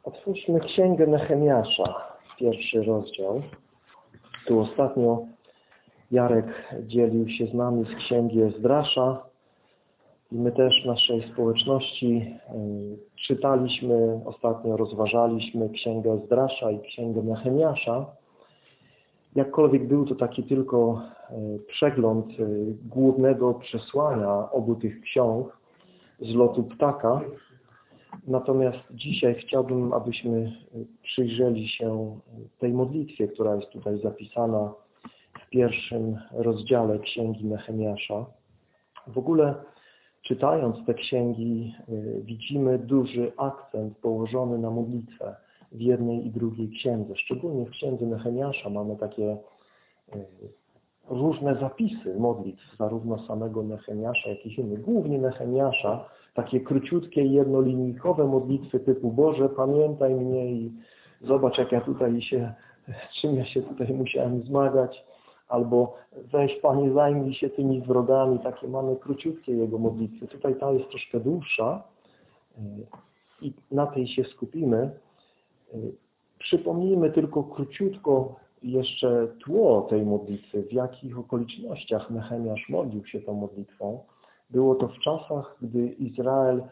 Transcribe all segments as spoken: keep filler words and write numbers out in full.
Otwórzmy Księgę Nehemiasza, pierwszy rozdział. Tu ostatnio Jarek dzielił się z nami z Księgi Ezdrasza i my też w naszej społeczności czytaliśmy, ostatnio rozważaliśmy Księgę Ezdrasza i Księgę Nehemiasza. Jakkolwiek był to taki tylko przegląd głównego przesłania obu tych ksiąg z lotu ptaka. Natomiast dzisiaj chciałbym, abyśmy przyjrzeli się tej modlitwie, która jest tutaj zapisana w pierwszym rozdziale Księgi Nehemiasza. W ogóle czytając te księgi widzimy duży akcent położony na modlitwę w jednej i drugiej księdze. Szczególnie w Księdze Nehemiasza mamy takie różne zapisy modlitw, zarówno samego Nehemiasza, jak i innych. Głównie Nehemiasza, takie króciutkie, jednolinijkowe modlitwy typu Boże, pamiętaj mnie i zobacz, jak ja tutaj się, czym ja się tutaj musiałem zmagać, albo weź Panie, zajmij się tymi wrogami. Takie mamy króciutkie jego modlitwy. Tutaj ta jest troszkę dłuższa i na tej się skupimy. Przypomnijmy tylko króciutko jeszcze tło tej modlitwy, w jakich okolicznościach Nehemiasz modlił się tą modlitwą. Było to w czasach, gdy Izrael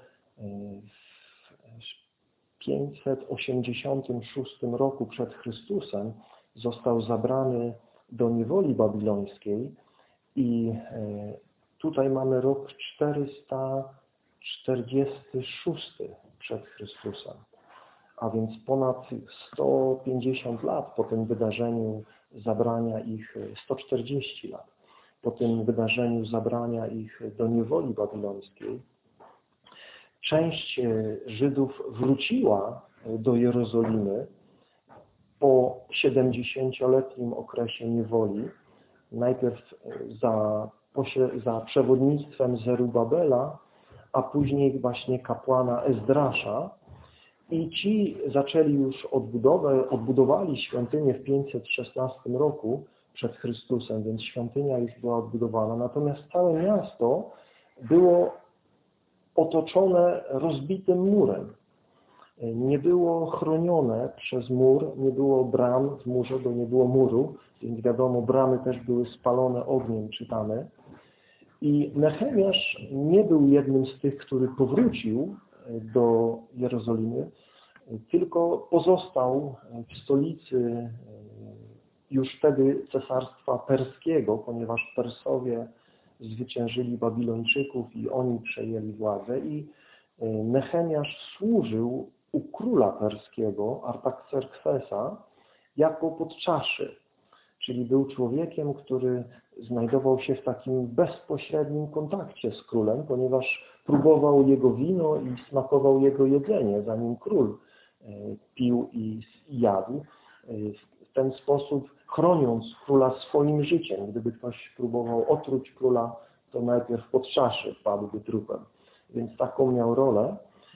w pięćset osiemdziesiątym szóstym roku przed Chrystusem został zabrany do niewoli babilońskiej i tutaj mamy rok czterysta czterdziesty szósty przed Chrystusem. A więc ponad sto pięćdziesiąt lat po tym wydarzeniu zabrania ich, sto czterdzieści lat po tym wydarzeniu zabrania ich do niewoli babilońskiej, część Żydów wróciła do Jerozolimy po siedemdziesięcioletnim okresie niewoli, najpierw za, za przewodnictwem Zerubabela, a później właśnie kapłana Ezdrasza. I ci zaczęli już odbudowę, odbudowali świątynię w pięćset szesnastym roku przed Chrystusem, więc świątynia już była odbudowana. Natomiast całe miasto było otoczone rozbitym murem. Nie było chronione przez mur, nie było bram w murze, bo nie było muru, więc wiadomo, bramy też były spalone ogniem, czytamy. I Nehemiasz nie był jednym z tych, który powrócił do Jerozolimy, tylko pozostał w stolicy już wtedy cesarstwa perskiego, ponieważ Persowie zwyciężyli Babilończyków i oni przejęli władzę i Nehemiasz służył u króla perskiego, Artaxerxesa, jako podczaszy, czyli był człowiekiem, który znajdował się w takim bezpośrednim kontakcie z królem, ponieważ próbował jego wino i smakował jego jedzenie, zanim król pił i jadł. W ten sposób chroniąc króla swoim życiem. Gdyby ktoś próbował otruć króla, to najpierw pod czaszy padłby trupem. Więc taką miał rolę.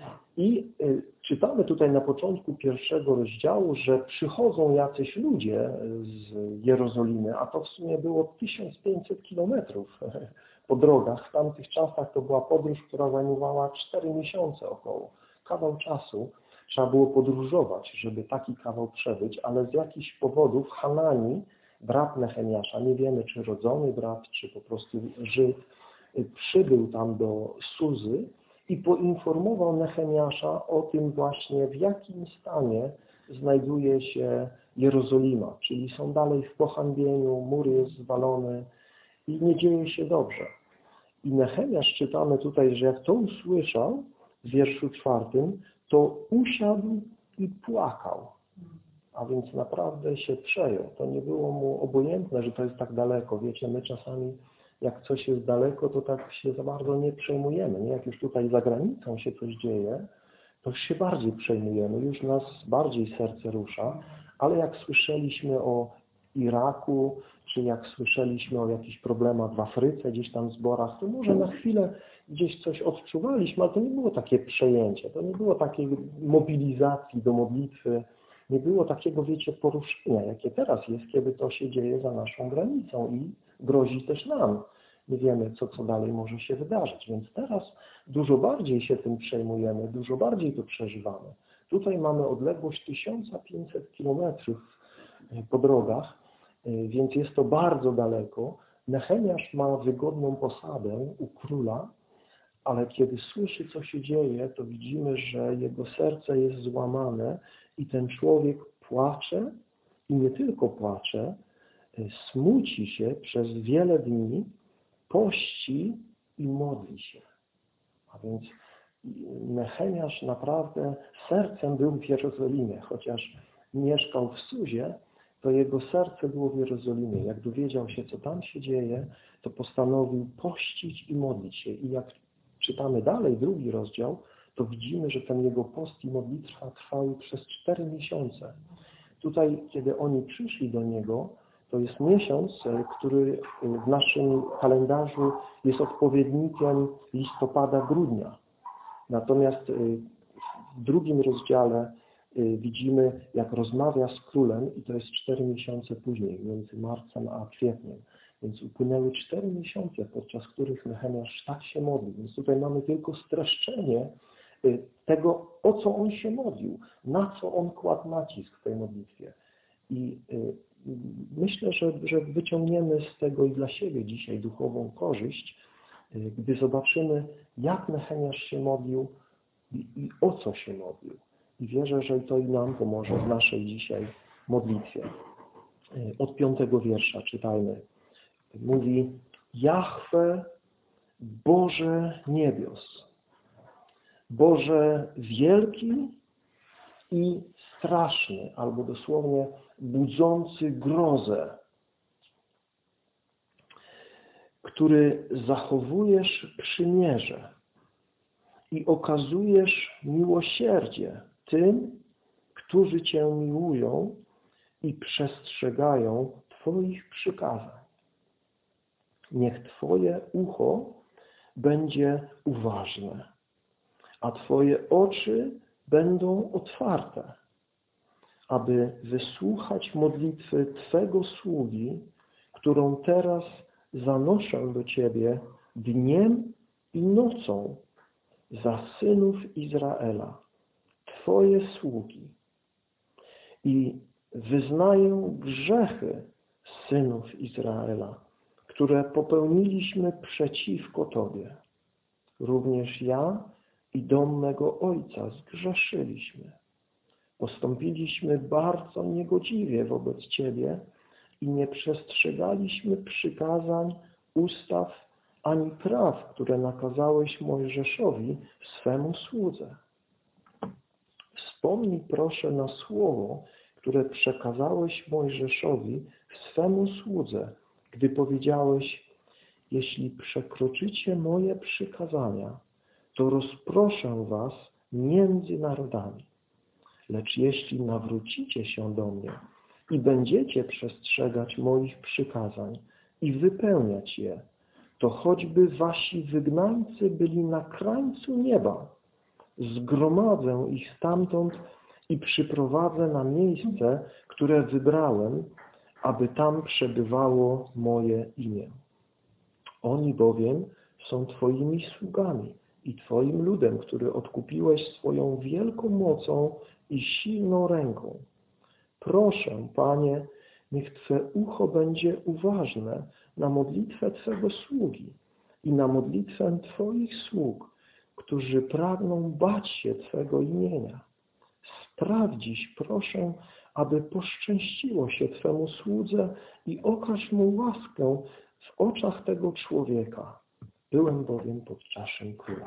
I czytamy tutaj na początku pierwszego rozdziału, że przychodzą jacyś ludzie z Jerozolimy, a to w sumie było tysiąc pięćset kilometrów po drogach. W tamtych czasach to była podróż, która zajmowała cztery miesiące około. Kawał czasu trzeba było podróżować, żeby taki kawał przebyć, ale z jakichś powodów Hanani, brat Nehemiasza, nie wiemy czy rodzony brat, czy po prostu Żyd, przybył tam do Suzy i poinformował Nehemiasza o tym właśnie, w jakim stanie znajduje się Jerozolima, czyli są dalej w pohańbieniu, mur jest zwalony i nie dzieje się dobrze. I Nehemiasz, czytamy tutaj, że jak to usłyszał w wierszu czwartym, to usiadł i płakał. A więc naprawdę się przejął. To nie było mu obojętne, że to jest tak daleko. Wiecie, my czasami jak coś jest daleko, to tak się za bardzo nie przejmujemy. Nie? Jak już tutaj za granicą się coś dzieje, to już się bardziej przejmujemy, już nas bardziej serce rusza. Ale jak słyszeliśmy o Iraku, czy jak słyszeliśmy o jakichś problemach w Afryce, gdzieś tam w zborach, to może na chwilę gdzieś coś odczuwaliśmy, ale to nie było takie przejęcie, to nie było takiej mobilizacji do modlitwy, nie było takiego, wiecie, poruszenia, jakie teraz jest, kiedy to się dzieje za naszą granicą i grozi też nam. Nie wiemy, co, co dalej może się wydarzyć, więc teraz dużo bardziej się tym przejmujemy, dużo bardziej to przeżywamy. Tutaj mamy odległość tysiąc pięćset kilometrów po drogach, więc jest to bardzo daleko. Nehemiasz ma wygodną posadę u króla, ale kiedy słyszy, co się dzieje, to widzimy, że jego serce jest złamane i ten człowiek płacze i nie tylko płacze, smuci się przez wiele dni, pości i modli się. A więc Nehemiasz naprawdę sercem był w Jerozolimie, chociaż mieszkał w Suzie, to jego serce było w Jerozolimie. Jak dowiedział się, co tam się dzieje, to postanowił pościć i modlić się. I jak czytamy dalej, drugi rozdział, to widzimy, że ten jego post i modlitwa trwały przez cztery miesiące. Tutaj, kiedy oni przyszli do niego, to jest miesiąc, który w naszym kalendarzu jest odpowiednikiem listopada, grudnia. Natomiast w drugim rozdziale widzimy, jak rozmawia z królem i to jest cztery miesiące później, między marcem a kwietniem. Więc upłynęły cztery miesiące, podczas których Nehemiasz tak się modlił. Więc tutaj mamy tylko streszczenie tego, o co on się modlił, na co on kładł nacisk w tej modlitwie. I myślę, że, że wyciągniemy z tego i dla siebie dzisiaj duchową korzyść, gdy zobaczymy, jak Nehemiasz się modlił i, i o co się modlił. I wierzę, że to i nam pomoże w naszej dzisiaj modlitwie. Od piątego wiersza czytajmy. Mówi: Jahwe, Boże niebios, Boże wielki i straszny, albo dosłownie budzący grozę, który zachowujesz przymierze i okazujesz miłosierdzie tym, którzy Cię miłują i przestrzegają Twoich przykazań. Niech Twoje ucho będzie uważne, a Twoje oczy będą otwarte, aby wysłuchać modlitwy Twego sługi, którą teraz zanoszę do Ciebie dniem i nocą za synów Izraela, Twoje sługi, i wyznaję grzechy synów Izraela, które popełniliśmy przeciwko Tobie. Również ja i dom mego ojca zgrzeszyliśmy. Postąpiliśmy bardzo niegodziwie wobec Ciebie i nie przestrzegaliśmy przykazań, ustaw ani praw, które nakazałeś Mojżeszowi, swemu słudze. Wspomnij proszę na słowo, które przekazałeś Mojżeszowi, swemu słudze, gdy powiedziałeś: jeśli przekroczycie moje przykazania, to rozproszę was między narodami. Lecz jeśli nawrócicie się do mnie i będziecie przestrzegać moich przykazań i wypełniać je, to choćby wasi wygnańcy byli na krańcu nieba, zgromadzę ich stamtąd i przyprowadzę na miejsce, które wybrałem, aby tam przebywało moje imię. Oni bowiem są Twoimi sługami i Twoim ludem, który odkupiłeś swoją wielką mocą i silną ręką. Proszę, Panie, niech Twe ucho będzie uważne na modlitwę Twego sługi i na modlitwę Twoich sług, którzy pragną bać się Twego imienia. Spraw dziś, proszę, aby poszczęściło się Twemu słudze i okaż mu łaskę w oczach tego człowieka. Byłem bowiem pod czaszem króla.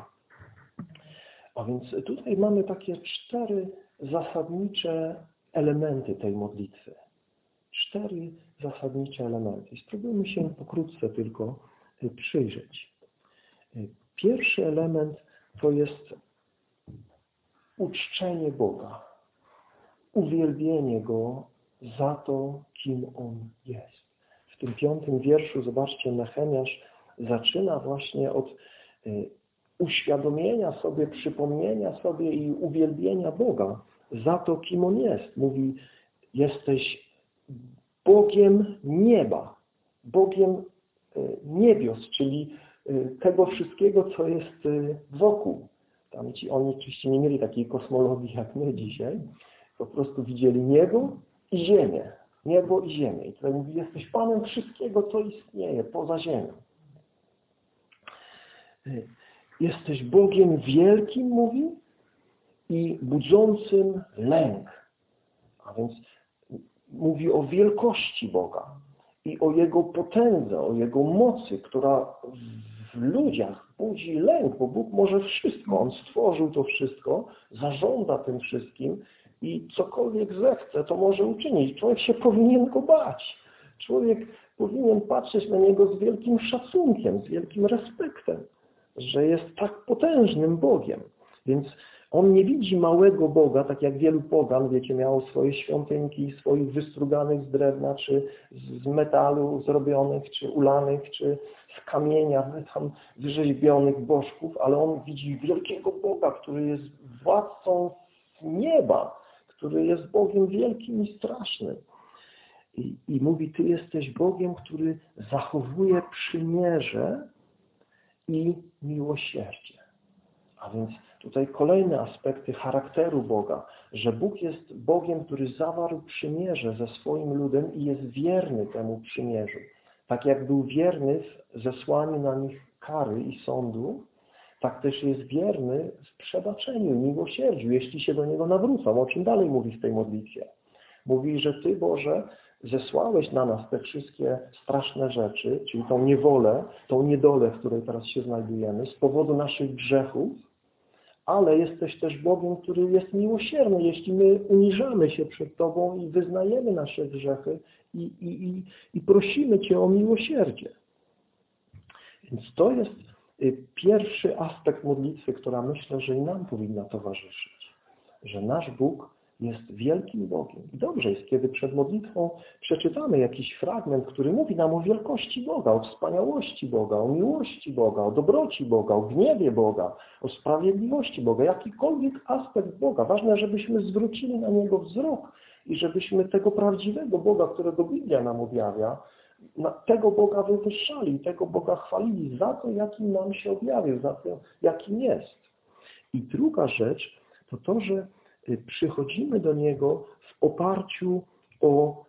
A więc tutaj mamy takie cztery zasadnicze elementy tej modlitwy. Cztery zasadnicze elementy. I spróbujmy się pokrótce tylko przyjrzeć. Pierwszy element to jest uczczenie Boga, uwielbienie Go za to, kim On jest. W tym piątym wierszu, zobaczcie, Nehemiasz zaczyna właśnie od y, uświadomienia sobie, przypomnienia sobie i uwielbienia Boga za to, kim On jest. Mówi: jesteś Bogiem nieba, Bogiem y, niebios, czyli y, tego wszystkiego, co jest y, wokół. Tam ci, oni oczywiście nie mieli takiej kosmologii jak my dzisiaj. Po prostu widzieli niebo i ziemię. Niebo i ziemię. I tutaj mówi, jesteś Panem wszystkiego, co istnieje poza ziemią. Jesteś Bogiem wielkim, mówi, i budzącym lęk. A więc mówi o wielkości Boga i o Jego potędze, o Jego mocy, która w ludziach budzi lęk, bo Bóg może wszystko. On stworzył to wszystko, zarządza tym wszystkim i cokolwiek zechce, to może uczynić. Człowiek się powinien go bać. Człowiek powinien patrzeć na Niego z wielkim szacunkiem, z wielkim respektem, że jest tak potężnym Bogiem. Więc on nie widzi małego Boga, tak jak wielu pogan, wiecie, miało swoje świątynki, swoich wystruganych z drewna, czy z metalu zrobionych, czy ulanych, czy z kamienia tam wyrzeźbionych bożków, ale on widzi wielkiego Boga, który jest władcą nieba, który jest Bogiem wielkim i strasznym. I, i mówi, Ty jesteś Bogiem, który zachowuje przymierze i miłosierdzie. A więc tutaj kolejne aspekty charakteru Boga, że Bóg jest Bogiem, który zawarł przymierze ze swoim ludem i jest wierny temu przymierzu. Tak jak był wierny w zesłaniu na nich kary i sądu, tak też jest wierny w przebaczeniu, miłosierdziu, jeśli się do Niego nawrócą. O czym dalej mówi w tej modlitwie? Mówi, że Ty, Boże, zesłałeś na nas te wszystkie straszne rzeczy, czyli tą niewolę, tą niedolę, w której teraz się znajdujemy, z powodu naszych grzechów, ale jesteś też Bogiem, który jest miłosierny, jeśli my uniżamy się przed Tobą i wyznajemy nasze grzechy i, i, i, i prosimy Cię o miłosierdzie. Więc to jest pierwszy aspekt modlitwy, która myślę, że i nam powinna towarzyszyć. Że nasz Bóg jest wielkim Bogiem. I dobrze jest, kiedy przed modlitwą przeczytamy jakiś fragment, który mówi nam o wielkości Boga, o wspaniałości Boga, o miłości Boga, o dobroci Boga, o gniewie Boga, o sprawiedliwości Boga, jakikolwiek aspekt Boga. Ważne, żebyśmy zwrócili na Niego wzrok i żebyśmy tego prawdziwego Boga, którego Biblia nam objawia, tego Boga wywyższali, tego Boga chwalili za to, jakim nam się objawił, za to, jakim jest. I druga rzecz to to, że przychodzimy do Niego w oparciu o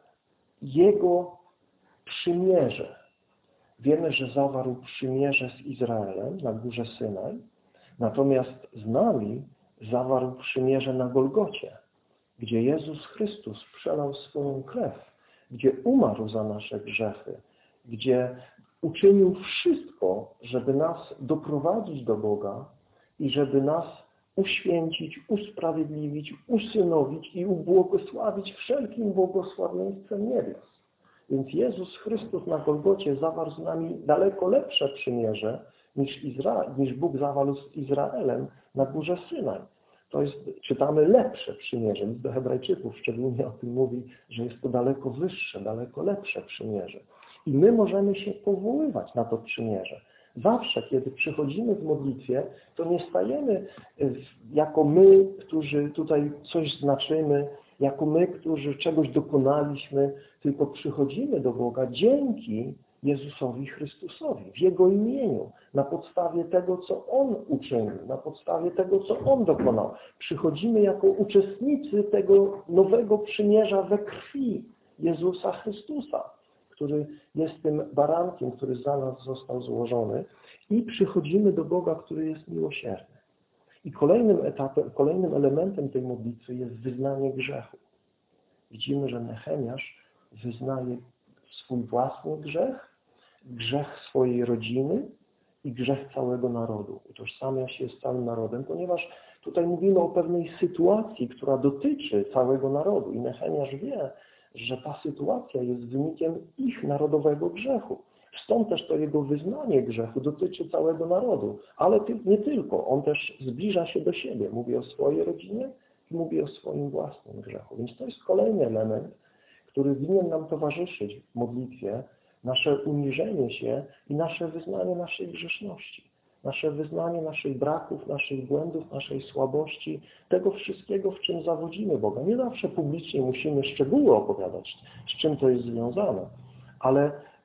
Jego przymierze. Wiemy, że zawarł przymierze z Izraelem na górze Synaj, natomiast z nami zawarł przymierze na Golgocie, gdzie Jezus Chrystus przelał swoją krew, gdzie umarł za nasze grzechy, gdzie uczynił wszystko, żeby nas doprowadzić do Boga i żeby nas uświęcić, usprawiedliwić, usynowić i ubłogosławić wszelkim błogosławieństwem niebios. Więc Jezus Chrystus na Golgocie zawarł z nami daleko lepsze przymierze niż, Izra... niż Bóg zawarł z Izraelem na górze Synaj. To jest, czytamy, lepsze przymierze. List do Hebrajczyków szczególnie o tym mówi, że jest to daleko wyższe, daleko lepsze przymierze. I my możemy się powoływać na to przymierze. Zawsze, kiedy przychodzimy w modlitwie, to nie stajemy jako my, którzy tutaj coś znaczymy, jako my, którzy czegoś dokonaliśmy, tylko przychodzimy do Boga dzięki Jezusowi Chrystusowi, w Jego imieniu, na podstawie tego, co On uczynił, na podstawie tego, co On dokonał. Przychodzimy jako uczestnicy tego nowego przymierza we krwi Jezusa Chrystusa, który jest tym barankiem, który za nas został złożony, i przychodzimy do Boga, który jest miłosierny. I kolejnym etapem, kolejnym elementem tej modlitwy jest wyznanie grzechu. Widzimy, że Nehemiasz wyznaje swój własny grzech, grzech swojej rodziny i grzech całego narodu. Utożsamia się z całym narodem, ponieważ tutaj mówimy o pewnej sytuacji, która dotyczy całego narodu. I Nehemiasz wie, że ta sytuacja jest wynikiem ich narodowego grzechu. Stąd też to jego wyznanie grzechu dotyczy całego narodu. Ale nie tylko. On też zbliża się do siebie. Mówi o swojej rodzinie i mówi o swoim własnym grzechu. Więc to jest kolejny element, który winien nam towarzyszyć w modlitwie, nasze uniżenie się i nasze wyznanie naszej grzeszności. Nasze wyznanie naszych braków, naszych błędów, naszej słabości, tego wszystkiego, w czym zawodzimy Boga. Nie zawsze publicznie musimy szczegóły opowiadać, z czym to jest związane, ale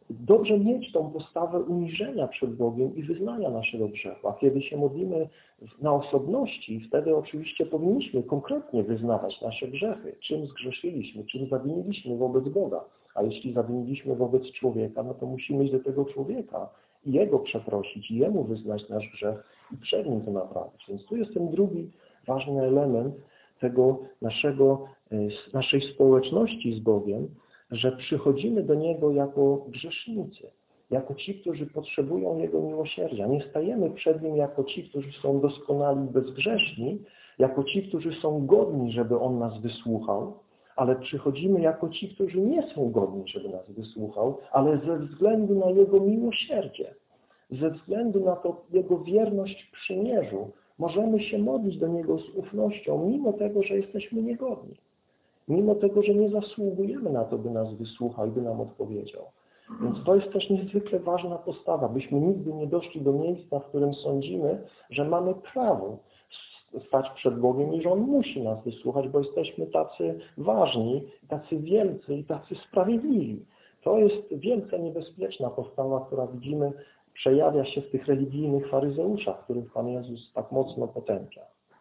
dobrze mieć tą postawę uniżenia przed Bogiem i wyznania naszego grzechu. A kiedy się modlimy na osobności, wtedy oczywiście powinniśmy konkretnie wyznawać nasze grzechy, czym zgrzeszyliśmy, czym zawiniliśmy wobec Boga. A jeśli zawiniliśmy wobec człowieka, no to musimy iść do tego człowieka i jego przeprosić, i jemu wyznać nasz grzech i przed nim to naprawić. Więc tu jest ten drugi ważny element tego naszego, naszej społeczności z Bogiem, że przychodzimy do Niego jako grzesznicy, jako ci, którzy potrzebują Jego miłosierdzia. Nie stajemy przed Nim jako ci, którzy są doskonali i bezgrzeszni, jako ci, którzy są godni, żeby On nas wysłuchał, ale przychodzimy jako ci, którzy nie są godni, żeby nas wysłuchał, ale ze względu na Jego miłosierdzie, ze względu na to Jego wierność w przymierzu, możemy się modlić do Niego z ufnością, mimo tego, że jesteśmy niegodni. Mimo tego, że nie zasługujemy na to, by nas wysłuchał i by nam odpowiedział. Więc to jest też niezwykle ważna postawa, byśmy nigdy nie doszli do miejsca, w którym sądzimy, że mamy prawo stać przed Bogiem i że On musi nas wysłuchać, bo jesteśmy tacy ważni, tacy wielcy i tacy sprawiedliwi. To jest wielce niebezpieczna postawa, która widzimy, przejawia się w tych religijnych faryzeuszach, których Pan Jezus tak mocno potępia.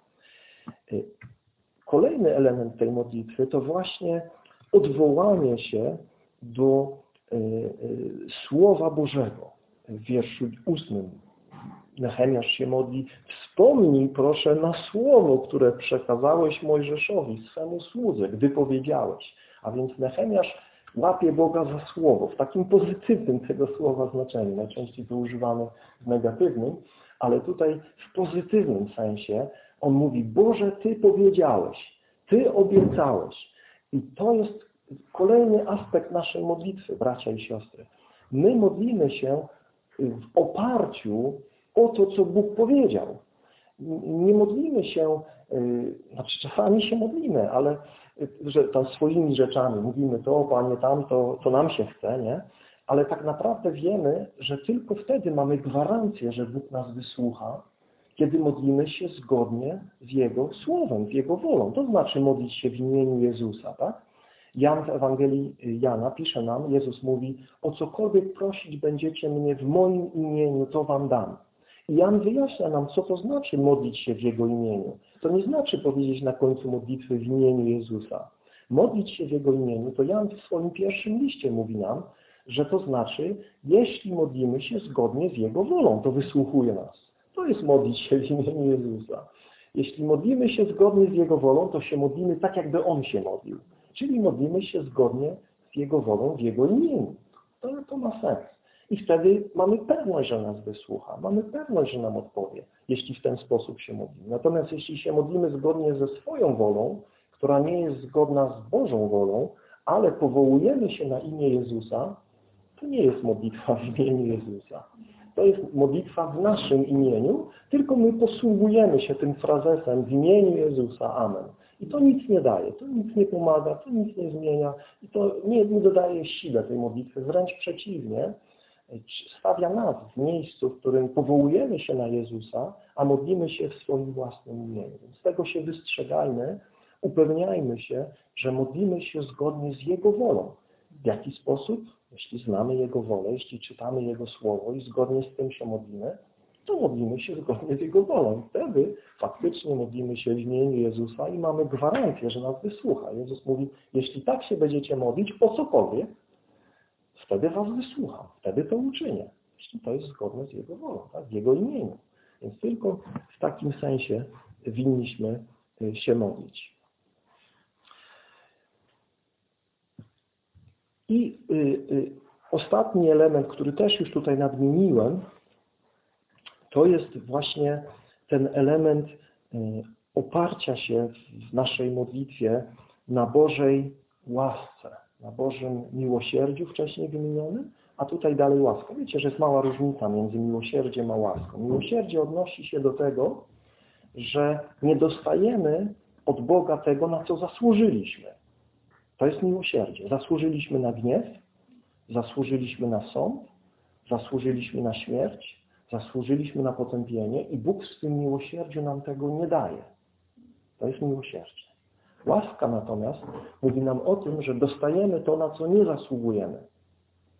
Kolejny element tej modlitwy to właśnie odwołanie się do y, y, Słowa Bożego. W wierszu ósmym Nehemiasz się modli: wspomnij proszę na słowo, które przekazałeś Mojżeszowi, swemu słudze, gdy powiedziałeś. A więc Nehemiasz łapie Boga za słowo, w takim pozytywnym tego słowa znaczeniu. Najczęściej to używamy w negatywnym, ale tutaj w pozytywnym sensie on mówi: Boże, Ty powiedziałeś, Ty obiecałeś. I to jest kolejny aspekt naszej modlitwy, bracia i siostry. My modlimy się w oparciu o to, co Bóg powiedział. Nie modlimy się, znaczy czasami się modlimy, ale że tam swoimi rzeczami mówimy to, Panie, tam, to, to nam się chce, nie? Ale tak naprawdę wiemy, że tylko wtedy mamy gwarancję, że Bóg nas wysłucha, kiedy modlimy się zgodnie z Jego Słowem, z Jego wolą. To znaczy modlić się w imieniu Jezusa, tak? Jan w Ewangelii Jana pisze nam, Jezus mówi: o cokolwiek prosić będziecie mnie w moim imieniu, to wam dam. I Jan wyjaśnia nam, co to znaczy modlić się w Jego imieniu. To nie znaczy powiedzieć na końcu modlitwy w imieniu Jezusa. Modlić się w Jego imieniu, to Jan w swoim pierwszym liście mówi nam, że to znaczy, jeśli modlimy się zgodnie z Jego wolą, to wysłuchuje nas. To jest modlić się w imieniu Jezusa. Jeśli modlimy się zgodnie z Jego wolą, to się modlimy tak, jakby On się modlił. Czyli modlimy się zgodnie z Jego wolą w Jego imieniu. To, to ma sens. I wtedy mamy pewność, że nas wysłucha. Mamy pewność, że nam odpowie, jeśli w ten sposób się modlimy. Natomiast jeśli się modlimy zgodnie ze swoją wolą, która nie jest zgodna z Bożą wolą, ale powołujemy się na imię Jezusa, to nie jest modlitwa w imieniu Jezusa. To jest modlitwa w naszym imieniu, tylko my posługujemy się tym frazesem w imieniu Jezusa. Amen. I to nic nie daje, to nic nie pomaga, to nic nie zmienia i to nie, nie dodaje siły tej modlitwy. Wręcz przeciwnie, stawia nas w miejscu, w którym powołujemy się na Jezusa, a modlimy się w swoim własnym imieniu. Z tego się wystrzegajmy, upewniajmy się, że modlimy się zgodnie z Jego wolą. W jaki sposób? Jeśli znamy Jego wolę, jeśli czytamy Jego Słowo i zgodnie z tym się modlimy, to modlimy się zgodnie z Jego wolą. Wtedy faktycznie modlimy się w imieniu Jezusa i mamy gwarancję, że nas wysłucha. Jezus mówi: jeśli tak się będziecie modlić o cokolwiek, wtedy was wysłucham, wtedy to uczynię. Jeśli to jest zgodne z Jego wolą, tak? W Jego imieniu. Więc tylko w takim sensie winniśmy się modlić. I y, y, ostatni element, który też już tutaj nadmieniłem, to jest właśnie ten element y, oparcia się w naszej modlitwie na Bożej łasce, na Bożym miłosierdziu wcześniej wymienionym, a tutaj dalej łaska. Wiecie, że jest mała różnica między miłosierdziem a łaską. Miłosierdzie odnosi się do tego, że nie dostajemy od Boga tego, na co zasłużyliśmy. To jest miłosierdzie. Zasłużyliśmy na gniew, zasłużyliśmy na sąd, zasłużyliśmy na śmierć, zasłużyliśmy na potępienie i Bóg w swym miłosierdziu nam tego nie daje. To jest miłosierdzie. Łaska natomiast mówi nam o tym, że dostajemy to, na co nie zasługujemy.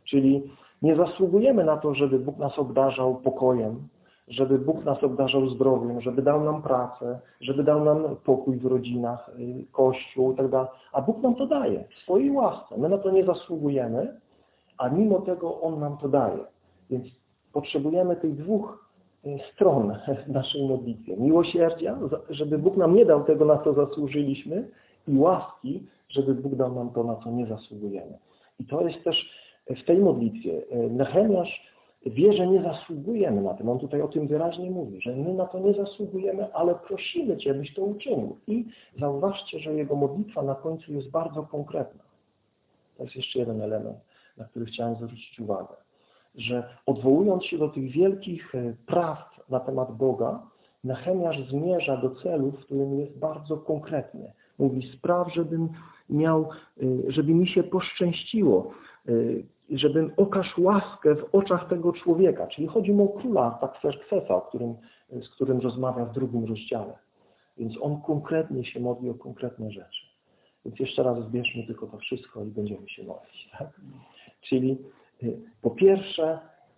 Czyli nie zasługujemy na to, żeby Bóg nas obdarzał pokojem, żeby Bóg nas obdarzał zdrowiem, żeby dał nam pracę, żeby dał nam pokój w rodzinach, Kościół i tak dalej. A Bóg nam to daje w swojej łasce. My na to nie zasługujemy, a mimo tego On nam to daje. Więc potrzebujemy tych dwóch stron w naszej modlitwie. Miłosierdzia, żeby Bóg nam nie dał tego, na co zasłużyliśmy, i łaski, żeby Bóg dał nam to, na co nie zasługujemy. I to jest też w tej modlitwie. Nehemiasz wie, że nie zasługujemy na tym. On tutaj o tym wyraźnie mówi, że my na to nie zasługujemy, ale prosimy Cię, byś to uczynił. I zauważcie, że jego modlitwa na końcu jest bardzo konkretna. To jest jeszcze jeden element, na który chciałem zwrócić uwagę. Że odwołując się do tych wielkich prawd na temat Boga, Nehemiasz zmierza do celu, w którym jest bardzo konkretny. Mówi, spraw, żebym miał, żeby mi się poszczęściło, żebym okaż łaskę w oczach tego człowieka. Czyli chodzi mu o króla Artaxerxesa, o którym, z którym rozmawia w drugim rozdziale. Więc on konkretnie się modli o konkretne rzeczy. Więc jeszcze raz zbierzmy tylko to wszystko i będziemy się modlić. Tak? Czyli po pierwsze,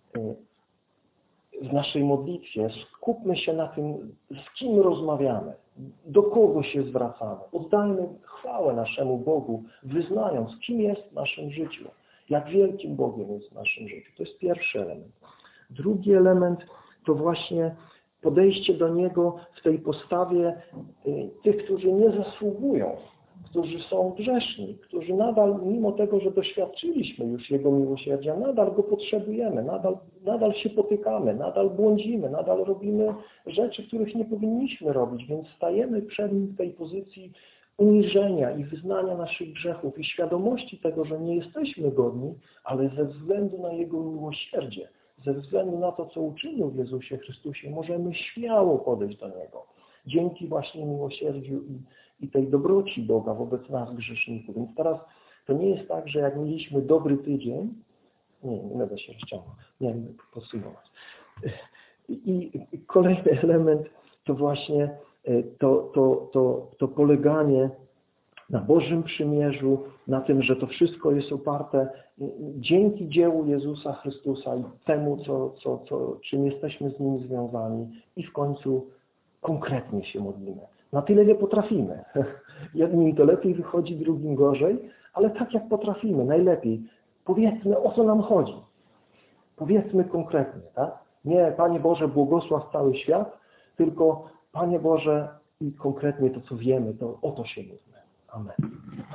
w naszej modlitwie skupmy się na tym, z kim rozmawiamy, do kogo się zwracamy. Oddajmy chwałę naszemu Bogu, wyznając, kim jest w naszym życiu, jak wielkim Bogiem jest w naszym życiu. To jest pierwszy element. Drugi element to właśnie podejście do Niego w tej postawie tych, którzy nie zasługują, którzy są grzeszni, którzy nadal, mimo tego, że doświadczyliśmy już Jego miłosierdzia, nadal Go potrzebujemy, nadal, nadal się potykamy, nadal błądzimy, nadal robimy rzeczy, których nie powinniśmy robić, więc stajemy przed Nim w tej pozycji uniżenia i wyznania naszych grzechów i świadomości tego, że nie jesteśmy godni, ale ze względu na Jego miłosierdzie, ze względu na to, co uczynił w Jezusie Chrystusie, możemy śmiało podejść do Niego. Dzięki właśnie miłosierdziu i, i tej dobroci Boga wobec nas, grzeszników. Więc teraz to nie jest tak, że jak mieliśmy dobry tydzień, nie, nie będę się rozciągał, nie wiem, podsumować. I, I kolejny element to właśnie to, to, to, to poleganie na Bożym przymierzu, na tym, że to wszystko jest oparte dzięki dziełu Jezusa Chrystusa i temu, co, co, co, czym jesteśmy z Nim związani, i w końcu konkretnie się modlimy. Na tyle nie potrafimy. Jednym to lepiej wychodzi, drugim gorzej, ale tak jak potrafimy, najlepiej. Powiedzmy, o co nam chodzi. Powiedzmy konkretnie, tak? Nie, Panie Boże, błogosław cały świat, tylko Panie Boże, i konkretnie to, co wiemy, to o to się módlmy. Amen.